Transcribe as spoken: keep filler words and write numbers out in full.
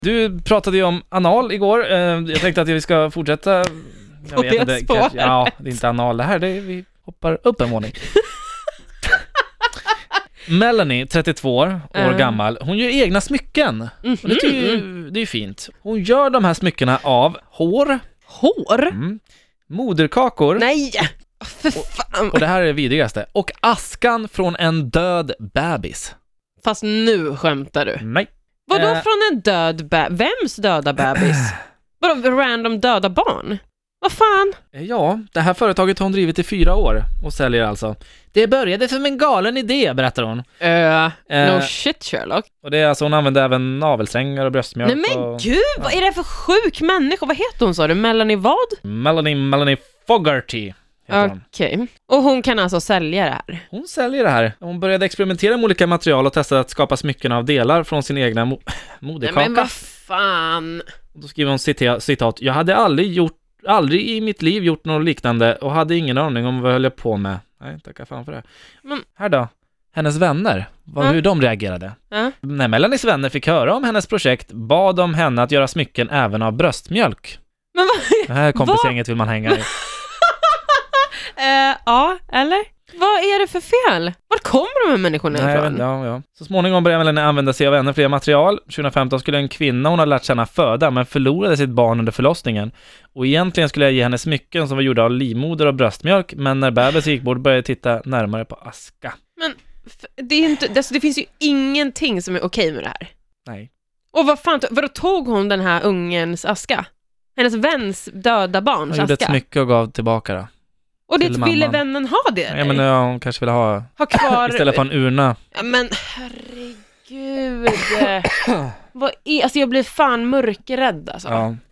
Du pratade ju om anal igår. Jag tänkte att vi ska fortsätta. Jag på vet det inte, spåret. kanske, ja, det är inte anal det här. Det är, vi hoppar upp en våning. Melanie, trettiotvå år, år Mm. gammal. Hon gör egna smycken. Mhm. Och det är ju det är ju fint. Hon gör de här smyckena av hår, Hår? mm, moderkakor. Nej! För fan. Och det här är det vidrigaste. Och askan från en död bebis. Fast nu skämtar du. Nej. Vadå Eh. från en död bebis? Vems döda bebis? Vadå random döda barn? Vad fan? Ja, det här företaget har hon drivit i fyra år och säljer alltså. Det började som en galen idé, berättar hon. Uh, Eh. no shit Sherlock. Och det är alltså, hon använder även navelsträngar och bröstmjölk. Nej men och... gud, vad är det för sjuk människa? Vad heter hon sa du? Melanie vad? Melanie, Melanie Fogarty heter hon. Okej. Och hon kan alltså sälja det här? Hon säljer det här. Hon började experimentera med olika material och testade att skapa smycken av delar från sin egna mo- moderkaka. Nej men vad fan? Och då skriver hon cita- citat. Jag hade aldrig gjort aldrig i mitt liv gjort något liknande och hade ingen aning om vad jag höll på med. Nej, tackar fan för det. Men... Här då. Hennes vänner, vad, Ja. hur de reagerade. Ja. När Melanies vänner fick höra om hennes projekt bad de henne att göra smycken även av bröstmjölk. Men vad? Det här kompisgänget vill man hänga i. uh, ja, eller? Vad är det för fel? Var kommer de här människorna Nej, ifrån? men, ja, ja. Så småningom började Melanie använda sig av ännu fler material. tjugohundrafemton skulle en kvinna hon hade lärt känna föda men förlorade sitt barn under förlossningen. Och egentligen skulle jag ge henne smycken som var gjorda av livmoder och bröstmjölk, men när bebisen gick bort började jag titta närmare på aska. Men f- det, är inte, alltså, det finns ju ingenting som är okej med det här. Nej. Och vad fan, vadå tog hon den här ungens aska? Hennes väns döda barns Hon gjorde ett aska? smycke och gav tillbaka det. Och det till ville mamman. vännen ha det? Ja, men ja, hon kanske ville ha ha kvar... istället för en urna. Ja, men herregud. Vad är... Alltså jag blir fan mörkrädd alltså. Ja.